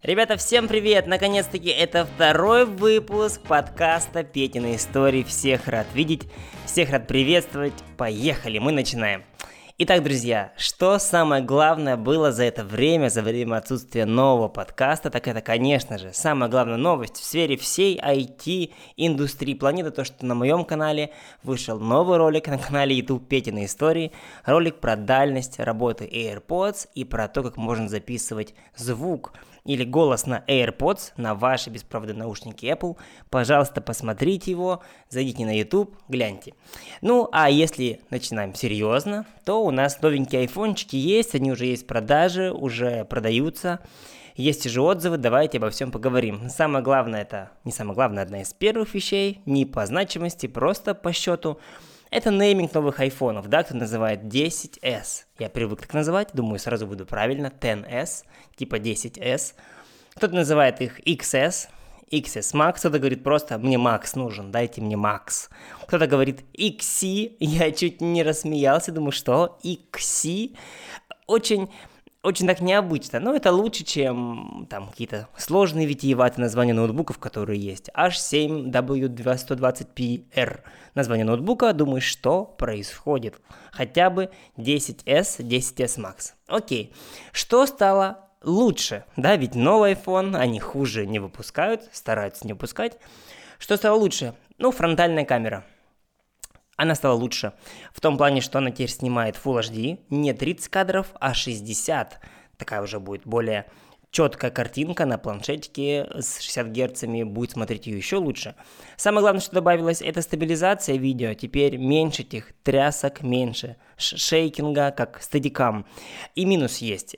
Ребята, всем привет! Наконец-таки это второй выпуск подкаста Петины истории. Всех рад видеть, всех рад приветствовать. Поехали, мы начинаем. Итак, друзья, что самое главное было за время отсутствия нового подкаста, так это, конечно же, самая главная новость в сфере всей IT-индустрии планеты, то, что на моем канале вышел новый ролик на канале YouTube Петины истории, ролик про дальность работы AirPods и про то, как можно записывать звук или голос на AirPods, на ваши беспроводные наушники Apple. Пожалуйста, посмотрите его, зайдите на YouTube, гляньте. Ну, а если начинаем серьезно, то у нас новенькие айфончики есть, они уже есть в продаже, уже продаются. Есть уже отзывы, давайте обо всем поговорим. Самое главное, одна из первых вещей, не по значимости, просто по счету. Это нейминг новых айфонов, да, кто называет 10s. Я привык так называть, думаю, сразу буду правильно, 10s, типа 10s. Кто-то называет их XS, XS Max, кто-то говорит просто «мне Max нужен, дайте мне Max». Кто-то говорит XC, я чуть не рассмеялся, думаю, что XC? Очень так необычно, но это лучше, чем там какие-то сложные витиеватые названия ноутбуков, которые есть. H7W120PR название ноутбука, думаю, что происходит. Хотя бы 10S, 10S Max. Окей, что стало лучше? Да, ведь новый iPhone, они хуже не выпускают, стараются не выпускать. Что стало лучше? Ну, фронтальная камера. Она стала лучше в том плане, что она теперь снимает Full HD, не 30 кадров, а 60. Такая уже будет более четкая картинка на планшетике с 60 герцами, будет смотреть ее еще лучше. Самое главное, что добавилось, это стабилизация видео. Теперь меньше этих трясок, меньше шейкинга, как Steadicam. И минус есть.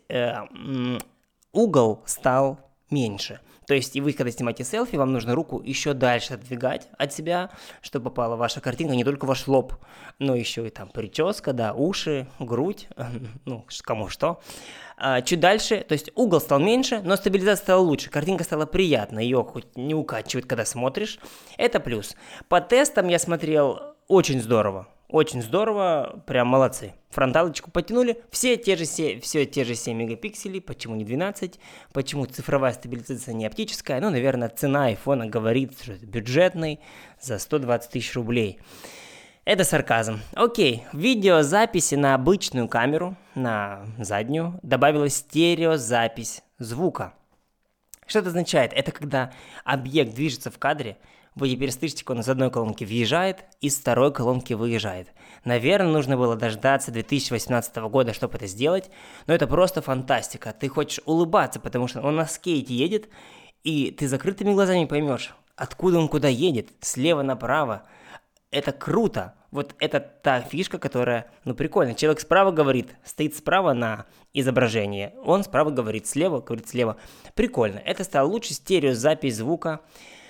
Угол стал меньше. То есть, и вы, когда снимаете селфи, вам нужно руку еще дальше отдвигать от себя, чтобы попала ваша картинка, не только ваш лоб, но еще и там прическа, да, уши, грудь, ну, кому что. Чуть дальше, то есть угол стал меньше, но стабилизация стала лучше, картинка стала приятной, ее хоть не укачивает, когда смотришь, это плюс. По тестам я смотрел очень здорово, прям молодцы. Фронталочку потянули, все те же 7 мегапикселей, почему не 12, почему цифровая стабилизация не оптическая, ну, наверное, цена айфона говорит, что это бюджетный за 120 тысяч рублей. Это сарказм. Окей, в видеозаписи на обычную камеру, на заднюю, добавилась стереозапись звука. Что это означает? Это когда объект движется в кадре, вы теперь слышите, как он из одной колонки въезжает, из второй колонки выезжает. Наверное, нужно было дождаться 2018 года, чтобы это сделать, но это просто фантастика. Ты хочешь улыбаться, потому что он на скейте едет, и ты закрытыми глазами поймешь, откуда он куда едет, слева направо. Это круто. Вот это та фишка, которая, прикольно. Человек справа говорит, стоит справа на изображении, он справа говорит слева. Прикольно. Это стало лучше, стереозапись звука.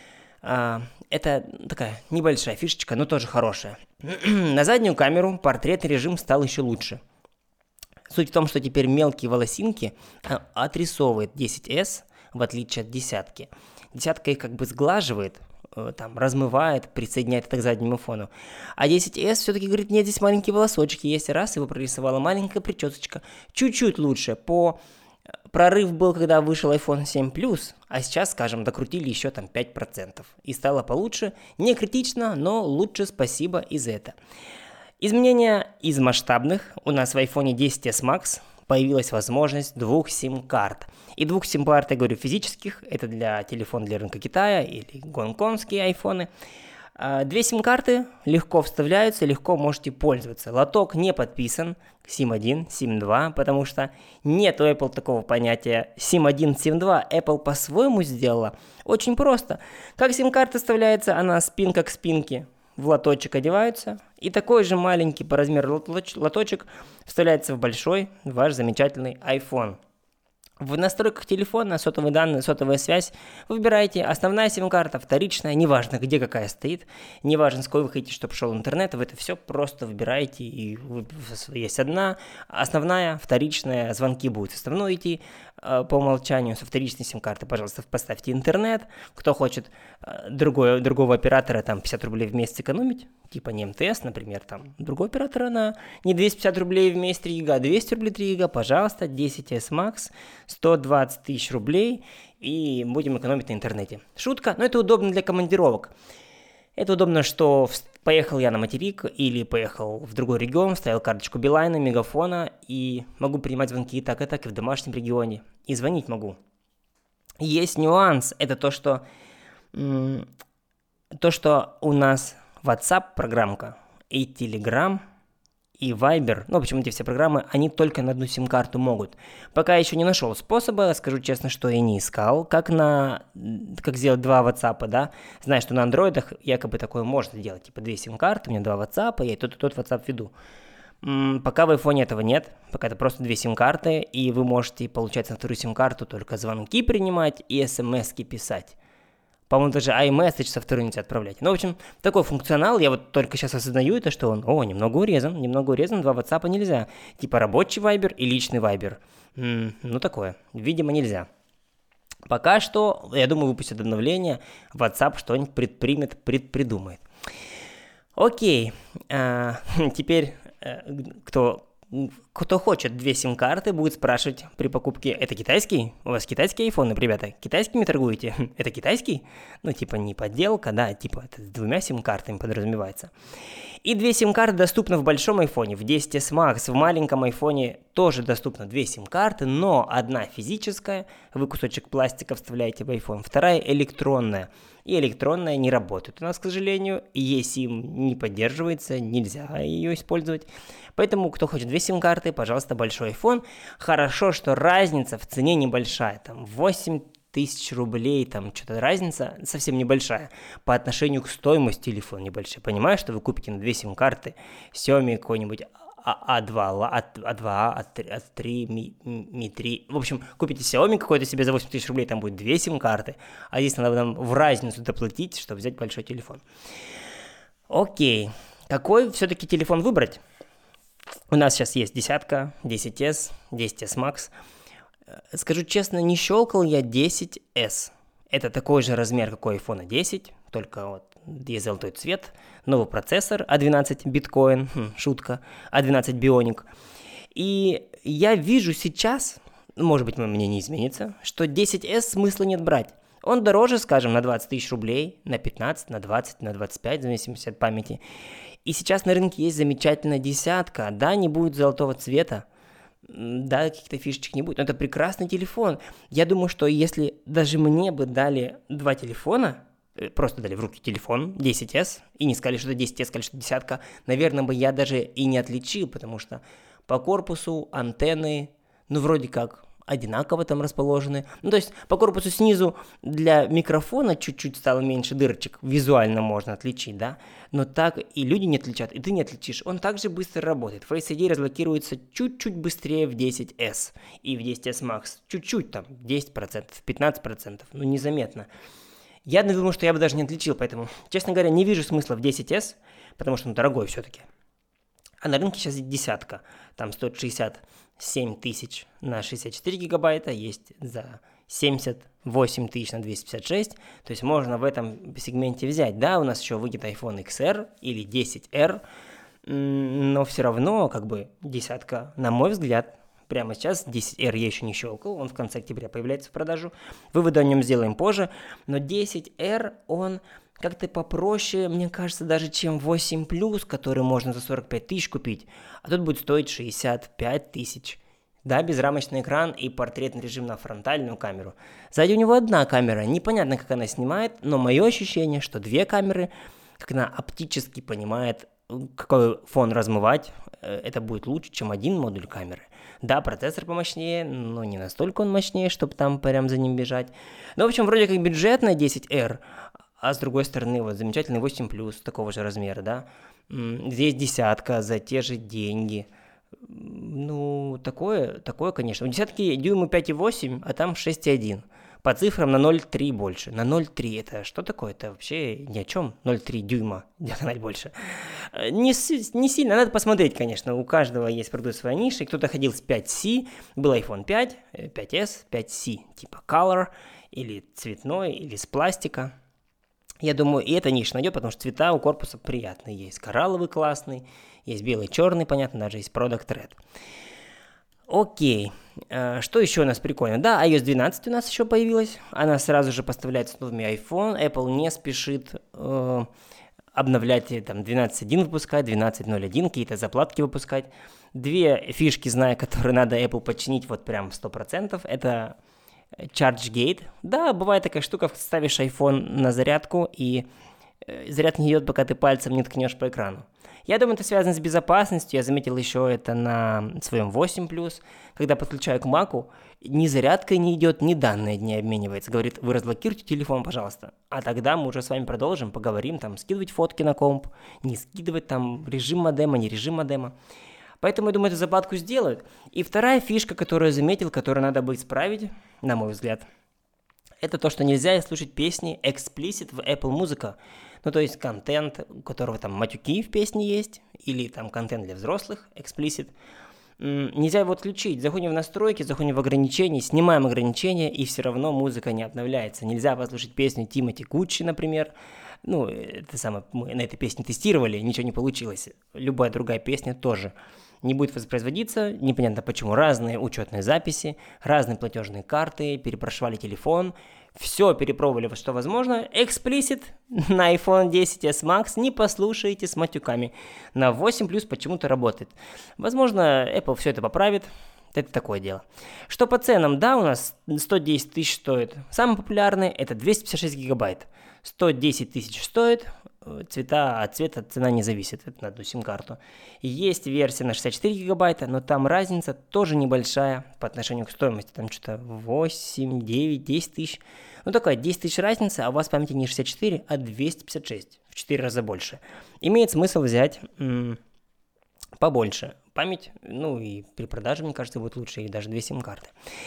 Это такая небольшая фишечка, но тоже хорошая. На заднюю камеру портретный режим стал еще лучше. Суть в том, что теперь мелкие волосинки отрисовывает 10S, в отличие от десятки. Десятка их как бы сглаживает, там, размывает, присоединяет это к заднему фону. А 10S все-таки говорит, нет, здесь маленькие волосочки есть. Раз, его прорисовала маленькая причесочка. Чуть-чуть лучше. Прорыв был, когда вышел iPhone 7 Plus, а сейчас, скажем, докрутили еще там 5%. И стало получше. Не критично, но лучше, спасибо и за это. Изменения из масштабных. У нас в iPhone 10s Max появилась возможность 2 сим-карт. И 2 сим-карт, я говорю, физических. Это для телефона для рынка Китая или гонконгские айфоны. 2 сим-карты легко вставляются, легко можете пользоваться. Лоток не подписан к SIM1, SIM2, потому что нет у Apple такого понятия SIM1, SIM2. Apple по-своему сделала. Очень просто. Как сим-карта вставляется, она спинка к спинке в лоточек одевается. И такой же маленький по размеру лоточек вставляется в большой ваш замечательный iPhone. В настройках телефона, сотовые данные, сотовая связь, выбираете основная сим-карта, вторичная, неважно где какая стоит, неважно с какой вы хотите, чтобы шел интернет, вы это все просто выбираете, и есть одна, основная, вторичная, звонки будут с основной идти, по умолчанию со вторичной сим-карты, пожалуйста, поставьте интернет. Кто хочет другого оператора, там, 50 рублей в месяц экономить, типа не МТС, например, там, другого оператора на не 250 рублей в месяц 3 гига, а 200 рублей 3 гига, пожалуйста, 10S Max, 120 тысяч рублей, и будем экономить на интернете. Шутка, но это удобно для командировок. Это удобно, что поехал я на материк или поехал в другой регион, вставил карточку Билайна, Мегафона и могу принимать звонки и так, и в домашнем регионе. И звонить могу. Есть нюанс, это то, что у нас WhatsApp программка и Telegram и Viber, ну, почему эти все программы, они только на одну сим-карту могут. Пока еще не нашел способа, скажу честно, что и не искал, как сделать два WhatsApp, да, знаю, что на андроидах якобы такое можно сделать, типа 2 сим-карты, у меня 2 WhatsApp, я и тот WhatsApp веду. Пока в iPhone этого нет, пока это просто 2 сим-карты, и вы можете, получается, на вторую сим-карту только звонки принимать и смс-ки писать. По-моему, даже iMessage со второй нельзя отправлять. Ну, в общем, такой функционал, я вот только сейчас осознаю это, что он, немного урезан, 2 WhatsApp нельзя. Типа рабочий Viber и личный Viber. Ну, такое, видимо, нельзя. Пока что, я думаю, выпустят обновление, WhatsApp что-нибудь придумает. Окей, теперь кто хочет 2 сим-карты, будет спрашивать при покупке, это китайский? У вас китайские айфоны, ребята? Китайскими торгуете? Это китайский? Ну, типа не подделка, да, типа это с 2 сим-картами подразумевается. И 2 сим-карты доступны в большом айфоне, в 10s Max, в маленьком айфоне тоже доступно 2 сим-карты, но одна физическая, вы кусочек пластика вставляете в iPhone, вторая электронная. И электронная не работает у нас, к сожалению, eSIM не поддерживается, нельзя ее использовать. Поэтому, кто хочет 2 сим-карты, пожалуйста, большой iPhone. Хорошо, что разница в цене небольшая, там 8 тысяч рублей, там что-то разница совсем небольшая по отношению к стоимости телефона небольшая. Понимаю, что вы купите на 2 сим-карты Xiaomi какой-нибудь А2, А3, Mi 3. В общем, купите Xiaomi какой-то себе за 8 тысяч рублей, там будет 2 сим-карты, а здесь надо нам в разницу доплатить, чтобы взять большой телефон. Окей, какой все-таки телефон выбрать? У нас сейчас есть 10-ка, 10S, 10S Max. Скажу честно, не щелкал я 10S. Это такой же размер, как у iPhone 10, только вот есть золотой цвет, новый процессор A12 Bitcoin, шутка, A12 Bionic. И я вижу сейчас, может быть, мне не изменится, что 10S смысла нет брать. Он дороже, скажем, на 20 тысяч рублей, на 15, на 20, на 25, в зависимости от памяти. И сейчас на рынке есть замечательная 10-ка, да, не будет золотого цвета, да, каких-то фишечек не будет, но это прекрасный телефон. Я думаю, что если даже мне бы дали 2 телефона, просто дали в руки телефон 10S, и не сказали, что это 10S, сказали, что 10-ка, наверное, бы я даже и не отличил, потому что по корпусу антенны, ну, вроде как одинаково там расположены. Ну, то есть по корпусу снизу для микрофона чуть-чуть стало меньше дырочек, визуально можно отличить, да, но так и люди не отличат, и ты не отличишь. Он также быстро работает. Face ID разблокируется чуть-чуть быстрее в 10S и в 10S Max. Чуть-чуть там, 10%, 15%, ну, незаметно. Я думаю, что я бы даже не отличил, поэтому, честно говоря, не вижу смысла в 10S, потому что он дорогой все-таки. А на рынке сейчас есть 10-ка, там стоит 67 тысяч на 64 гигабайта, есть за 78 тысяч на 256, то есть можно в этом сегменте взять. Да, у нас еще выйдет iPhone XR или 10R, но все равно, как бы, 10-ка, на мой взгляд, прямо сейчас 10R я еще не щелкал, он в конце октября появляется в продажу, выводы о нем сделаем позже, но 10R, он как-то попроще, мне кажется, даже чем 8 Plus, который можно за 45 тысяч купить, а тут будет стоить 65 тысяч. Да, безрамочный экран и портретный режим на фронтальную камеру. Сзади у него одна камера, непонятно, как она снимает, но мое ощущение, что 2 камеры, как она оптически понимает, какой фон размывать, это будет лучше, чем 1 модуль камеры. Да, процессор помощнее, но не настолько он мощнее, чтобы там прям за ним бежать. Ну, в общем, вроде как бюджетная 10R, а с другой стороны, вот замечательный 8 Plus такого же размера, да. Здесь 10-ка за те же деньги. Ну, такое, конечно. У 10-ки дюймы 5,8, а там 6,1. По цифрам на 0,3 больше. На 0,3 это что такое? Это вообще ни о чем. 0,3 дюйма диагональ больше. Не сильно, надо посмотреть, конечно, у каждого есть продукт своя ниша, кто-то ходил с 5C, был iPhone 5, 5S, 5C, типа Color, или цветной, или с пластика. Я думаю, и эта ниша найдет, потому что цвета у корпуса приятные. Есть коралловый классный, есть белый, черный, понятно, даже есть Product Red. Окей, что еще у нас прикольно? Да, iOS 12 у нас еще появилась, она сразу же поставляется с новыми iPhone, Apple не спешит обновлять, там, 12.1 выпускать, 12.01, какие-то заплатки выпускать. Две фишки, знаю, которые надо Apple починить вот прям 100%, это ChargeGate. Да, бывает такая штука, ставишь iPhone на зарядку, и зарядка не идет, пока ты пальцем не ткнешь по экрану. Я думаю, это связано с безопасностью. Я заметил еще это на своем 8 Plus. Когда подключаю к Mac'у, ни зарядка не идет, ни данные не обменивается. Говорит, вы разблокируйте телефон, пожалуйста. А тогда мы уже с вами продолжим, поговорим, там, скидывать фотки на комп, не скидывать, там, режим модема, не режим модема. Поэтому, я думаю, эту заплатку сделают. И вторая фишка, которую я заметил, которую надо бы исправить, на мой взгляд, это то, что нельзя слушать песни explicit в Apple Music. Ну, то есть контент, у которого там матюки в песне есть, или там контент для взрослых, explicit. Нельзя его отключить. Заходим в настройки, заходим в ограничения, снимаем ограничения, и все равно музыка не обновляется. Нельзя послушать песню Тимоти Гуччи, например. Ну, это самое, мы на этой песне тестировали, ничего не получилось. Любая другая песня тоже не будет воспроизводиться, непонятно почему. Разные учетные записи, разные платежные карты, перепрошивали телефон, все перепробовали, что возможно. Explicit на iPhone 10s Max не послушаете с матюками. На 8 Plus почему-то работает. Возможно, Apple все это поправит. Это такое дело. Что по ценам? Да, у нас 110 тысяч стоит. Самый популярный это 256 гигабайт. 110 тысяч стоит. От цвета цена не зависит, это на одну сим-карту. Есть версия на 64 гигабайта, но там разница тоже небольшая по отношению к стоимости. Там что-то 8, 9, 10 тысяч. Ну такая 10 тысяч разница, а у вас памяти не 64, а 256. В 4 раза больше. Имеет смысл взять побольше память. Ну и при продаже, мне кажется, будет лучше, и даже 2 сим-карты.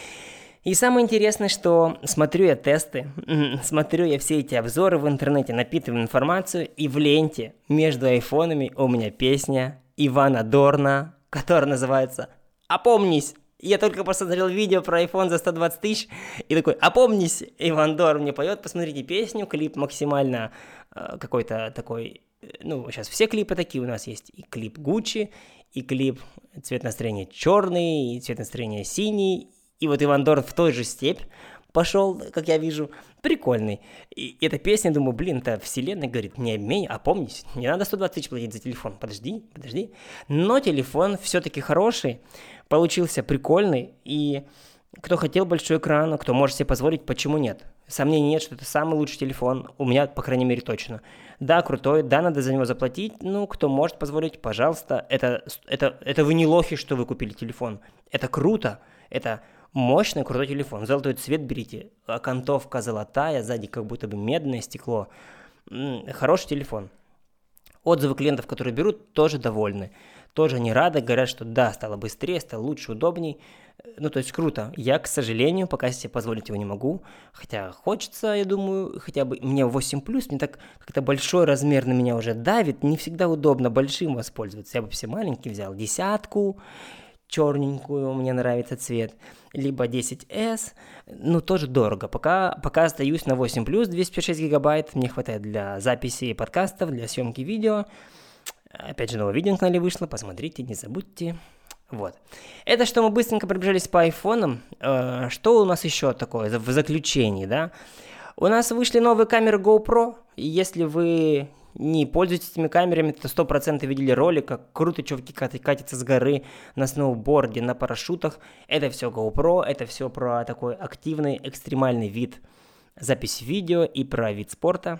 И самое интересное, что смотрю я тесты, смотрю я все эти обзоры в интернете, напитываю информацию, и в ленте между айфонами у меня песня Ивана Дорна, которая называется «Опомнись». Я только посмотрел видео про iPhone за 120 тысяч, и такой «Опомнись». Иван Дорн мне поет, посмотрите песню, клип максимально какой-то такой, ну, сейчас все клипы такие у нас есть, и клип Гуччи, и клип цвет настроения черный, и цвет настроения синий. И вот Иван Дорн в той же степь пошел, как я вижу, прикольный. И эта песня, думаю, блин, это вселенная говорит, не обмень, опомнись, не надо 120 тысяч платить за телефон, подожди. Но телефон все-таки хороший, получился прикольный, и кто хотел большой экран, кто может себе позволить, почему нет? Сомнений нет, что это самый лучший телефон, у меня, по крайней мере, точно. Да, крутой, да, надо за него заплатить, ну, кто может позволить, пожалуйста, это вы не лохи, что вы купили телефон, это круто, это мощный, крутой телефон. Золотой цвет берите. Окантовка золотая, сзади как будто бы медное стекло. Хороший телефон. Отзывы клиентов, которые берут, тоже довольны. Тоже они рады, говорят, что да, стало быстрее, стало лучше, удобней. Ну, то есть круто. Я, к сожалению, пока себе позволить его не могу. Хотя хочется, я думаю, хотя бы мне 8+, мне так как-то большой размер на меня уже давит. Не всегда удобно большим воспользоваться. Я бы все маленький взял. 10, черненькую, мне нравится цвет, либо 10S, ну, тоже дорого. Пока остаюсь на 8+, 256 гигабайт, мне хватает для записи подкастов, для съемки видео. Опять же, новое видео на канале вышло, посмотрите, не забудьте. Вот. Это что мы быстренько пробежались по айфонам. Что у нас еще такое в заключении, да? У нас вышли новые камеры GoPro, и если вы не пользуетесь этими камерами, то 100% видели ролик, как круто чуваки катятся с горы на сноуборде, на парашютах. Это все GoPro, это все про такой активный, экстремальный вид запись видео и про вид спорта.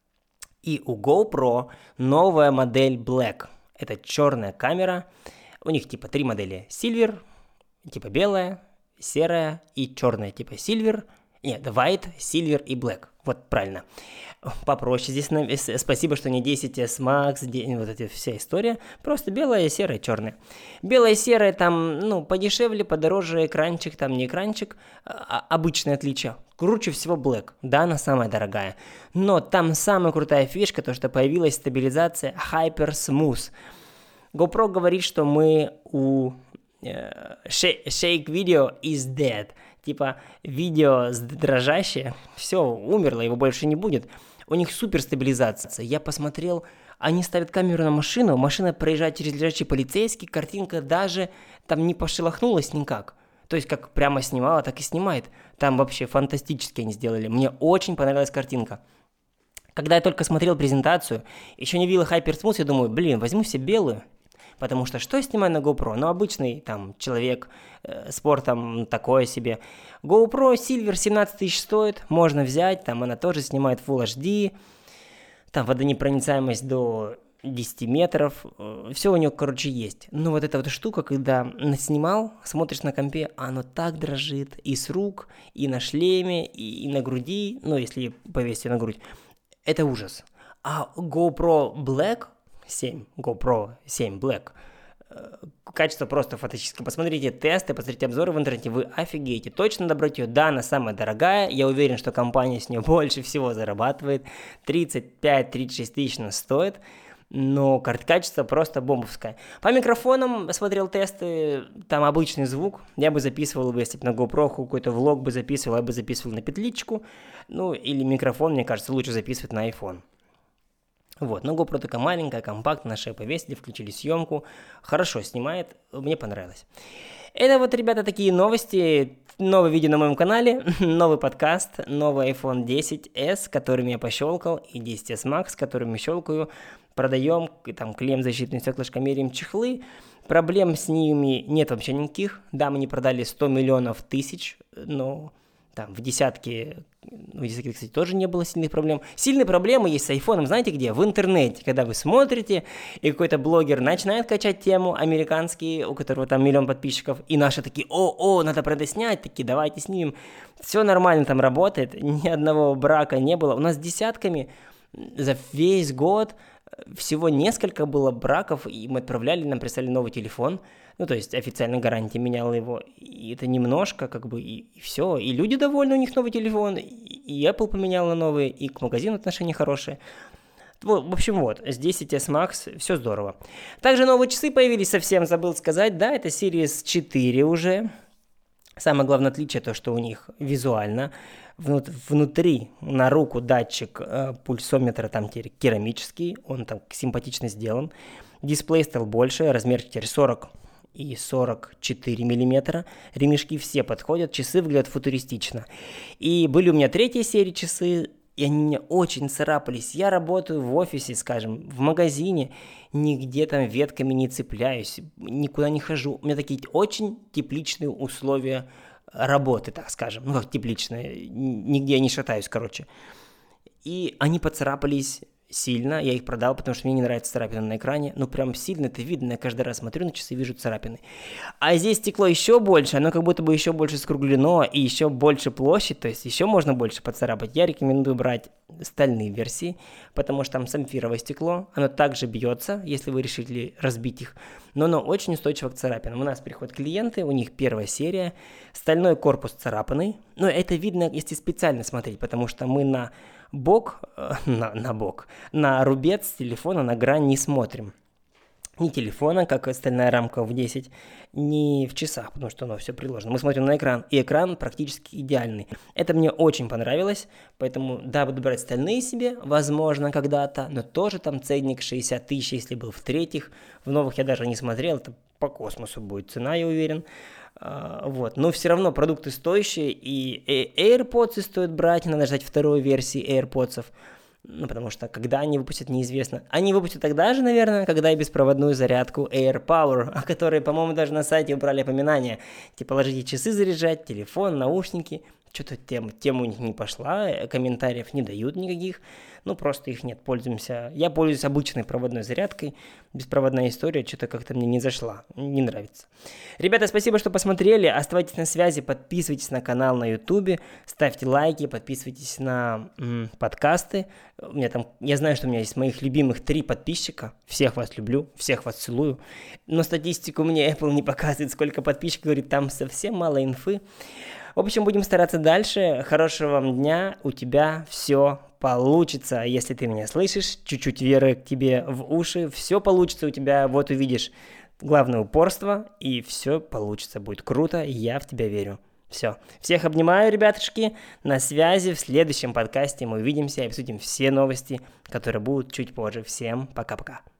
И у GoPro новая модель Black. Это черная камера. У них типа 3 модели. Silver, типа белая, серая и черная, типа Silver. Нет, White, Silver и Black. Вот правильно. Попроще здесь. Спасибо, что не 10S Max, вот эта вся история. Просто белая, серая, черная. Белая и серая там, ну, подешевле, подороже, экранчик, там не экранчик. Обычное отличие. Круче всего Black. Да, она самая дорогая. Но там самая крутая фишка, то, что появилась стабилизация Hyper Smooth. GoPro говорит, что мы у Shake Video is dead. Типа, видео дрожащее, все, умерло, его больше не будет. У них супер стабилизация. Я посмотрел, они ставят камеру на машину, машина проезжает через лежачий полицейский, картинка даже там не пошелохнулась никак. То есть, как прямо снимала, так и снимает. Там вообще фантастически они сделали. Мне очень понравилась картинка. Когда я только смотрел презентацию, еще не видел Hyper Smooth, я думаю, возьму себе белую. Потому что я снимаю на GoPro? Ну, обычный там человек, спортом такое себе. GoPro Silver 17 тысяч стоит, можно взять, там она тоже снимает Full HD, там водонепроницаемость до 10 метров, все у нее, есть. Но вот эта вот штука, когда снимал, смотришь на компе, оно так дрожит и с рук, и на шлеме, и на груди, ну, если повесить на грудь, это ужас. А GoPro Black 7, GoPro 7 Black, качество просто фантастическое. Посмотрите тесты, посмотрите обзоры в интернете, вы офигеете. Точно добрать ее, да, она самая дорогая, я уверен, что компания с нее больше всего зарабатывает, 35-36 тысяч она стоит, но качество просто бомбовское. По микрофонам смотрел тесты, там обычный звук, я бы записывал, если бы на GoPro какой-то влог бы записывал, я бы записывал на петличку, ну или микрофон, мне кажется, лучше записывать на iPhone. Вот, но GoPro такая маленькая, компактная, на шею повесили, включили съемку, хорошо снимает, мне понравилось. Это вот, ребята, такие новости, новое видео на моем канале, новый подкаст, новый iPhone 10s, которым я пощелкал, и 10s Max, которым я щелкаю, продаем, там клеем защитные стеклышко, меряем чехлы, проблем с ними нет вообще никаких, да, мы не продали 100 миллионов тысяч, но там в десятке, кстати, тоже не было сильных проблем. Сильные проблемы есть с айфоном, знаете где? В интернете, когда вы смотрите, и какой-то блогер начинает качать тему американский, у которого там 1 миллион подписчиков, и наши такие, надо снять, такие, давайте снимем. Все нормально там работает, ни одного брака не было. У нас десятками за весь год всего несколько было браков, и мы отправляли, нам прислали новый телефон, ну, то есть официальная гарантия меняла его, и это немножко, и все, и люди довольны, у них новый телефон, и Apple поменял на новый, и к магазину отношения хорошие. В общем, вот, с 10s Max все здорово. Также новые часы появились, совсем забыл сказать, да, это Series 4 уже. Самое главное отличие то, что у них визуально внутри на руку датчик пульсометра там керамический, он там симпатично сделан. Дисплей стал больше, размер теперь 40 и 44 миллиметра. Ремешки все подходят, часы выглядят футуристично. И были у меня 3-й серии часы, и они мне очень царапались. Я работаю в офисе, скажем, в магазине, нигде там ветками не цепляюсь, никуда не хожу. У меня такие очень тепличные условия работы, так скажем. Ну, как тепличные, нигде я не шатаюсь, короче. И они поцарапались сильно, я их продал, потому что мне не нравится царапины на экране, ну прям сильно это видно, я каждый раз смотрю на часы и вижу царапины. А здесь стекло еще больше, оно как будто бы еще больше скруглено и еще больше площадь, то есть еще можно больше поцарапать. Я рекомендую брать стальные версии, потому что там самфировое стекло, оно также бьется, если вы решили разбить их, но оно очень устойчиво к царапинам. У нас приходят клиенты, у них 1-я серия, стальной корпус царапанный, но это видно, если специально смотреть, потому что мы на рубец телефона, на грань не смотрим. Ни телефона, как стальная рамка в 10, ни в часах, потому что оно все приложено. Мы смотрим на экран, и экран практически идеальный. Это мне очень понравилось, поэтому, да, буду брать стальные себе, возможно, когда-то, но тоже там ценник 60 тысяч, если был в 3-х. В новых я даже не смотрел, это по космосу будет цена, я уверен. Вот, но все равно продукты стоящие, и AirPods стоит брать, надо ждать 2-й версии AirPods, ну, потому что когда они выпустят, неизвестно. Они выпустят тогда же, наверное, когда и беспроводную зарядку AirPower, о которой, по-моему, даже на сайте убрали опоминания. Типа, ложите часы заряжать, телефон, наушники. Что-то тема у них не пошла, комментариев не дают никаких, ну просто их нет, пользуемся. Я пользуюсь обычной проводной зарядкой, беспроводная история что-то как-то мне не зашла, не нравится. Ребята, спасибо, что посмотрели, оставайтесь на связи, подписывайтесь на канал на YouTube, ставьте лайки, подписывайтесь на подкасты. У меня там, я знаю, что у меня есть моих любимых 3 подписчика, всех вас люблю, всех вас целую, но статистику мне Apple не показывает, сколько подписчиков, говорит, там совсем мало инфы. В общем, будем стараться дальше. Хорошего вам дня. У тебя все получится. Если ты меня слышишь, чуть-чуть веры к тебе в уши. Все получится у тебя. Вот увидишь. Главное упорство. И все получится. Будет круто. Я в тебя верю. Все. Всех обнимаю, ребятушки. На связи. В следующем подкасте мы увидимся и обсудим все новости, которые будут чуть позже. Всем пока-пока.